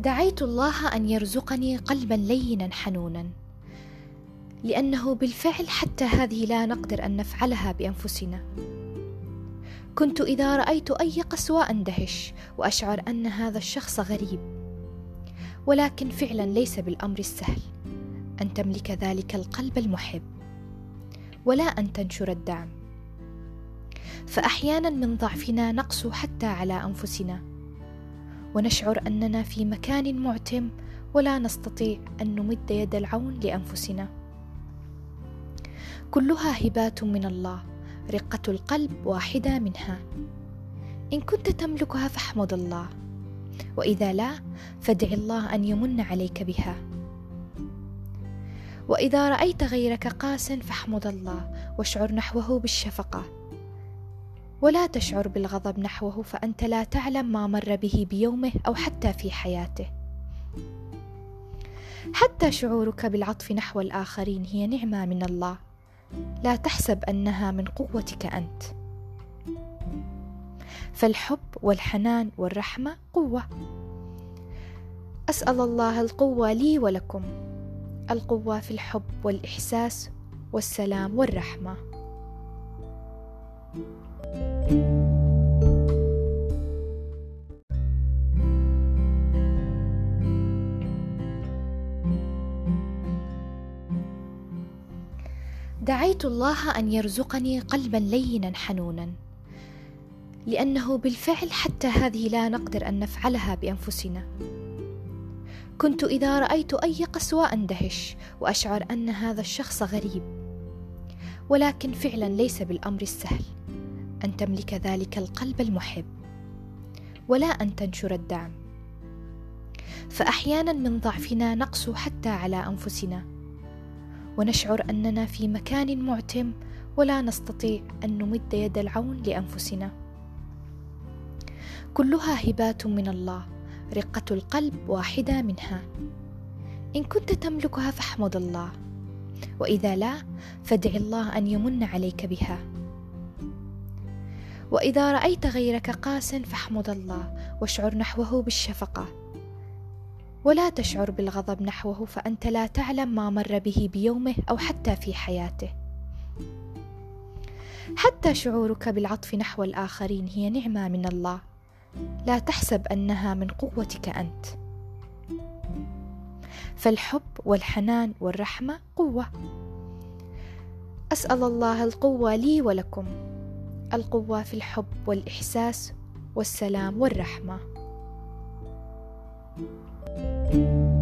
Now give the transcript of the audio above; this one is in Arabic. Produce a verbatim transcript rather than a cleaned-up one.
دعيت الله أن يرزقني قلبا لينا حنونا، لأنه بالفعل حتى هذه لا نقدر أن نفعلها بأنفسنا. كنت إذا رأيت أي قسوة أندهش وأشعر أن هذا الشخص غريب، ولكن فعلا ليس بالأمر السهل أن تملك ذلك القلب المحب ولا أن تنشر الدعم. فأحيانا من ضعفنا نقسو حتى على أنفسنا، ونشعر أننا في مكان معتم ولا نستطيع أن نمد يد العون لأنفسنا. كلها هبات من الله، رقة القلب واحدة منها. إن كنت تملكها فاحمد الله، وإذا لا فادع الله أن يمن عليك بها. وإذا رأيت غيرك قاس فاحمد الله واشعر نحوه بالشفقة، ولا تشعر بالغضب نحوه، فأنت لا تعلم ما مر به بيومه أو حتى في حياته. حتى شعورك بالعطف نحو الآخرين هي نعمة من الله، لا تحسب أنها من قوتك أنت. فالحب والحنان والرحمة قوة. أسأل الله القوة لي ولكم، القوة في الحب والإحساس والسلام والرحمة. دعيت الله أن يرزقني قلبا لينا حنونا، لأنه بالفعل حتى هذه لا نقدر أن نفعلها بأنفسنا. كنت إذا رأيت أي قسوة أندهش وأشعر أن هذا الشخص غريب، ولكن فعلا ليس بالأمر السهل أن تملك ذلك القلب المحب ولا أن تنشر الدعم. فأحيانا من ضعفنا نقسو حتى على أنفسنا، ونشعر أننا في مكان معتم ولا نستطيع أن نمد يد العون لأنفسنا. كلها هبات من الله، رقة القلب واحدة منها. إن كنت تملكها فاحمد الله، وإذا لا فادع الله أن يمن عليك بها. وإذا رأيت غيرك قاس فاحمد الله واشعر نحوه بالشفقة، ولا تشعر بالغضب نحوه، فأنت لا تعلم ما مر به بيومه أو حتى في حياته. حتى شعورك بالعطف نحو الآخرين هي نعمة من الله، لا تحسب أنها من قوتك أنت. فالحب والحنان والرحمة قوة. أسأل الله القوة لي ولكم، القوة في الحب والإحساس والسلام والرحمة.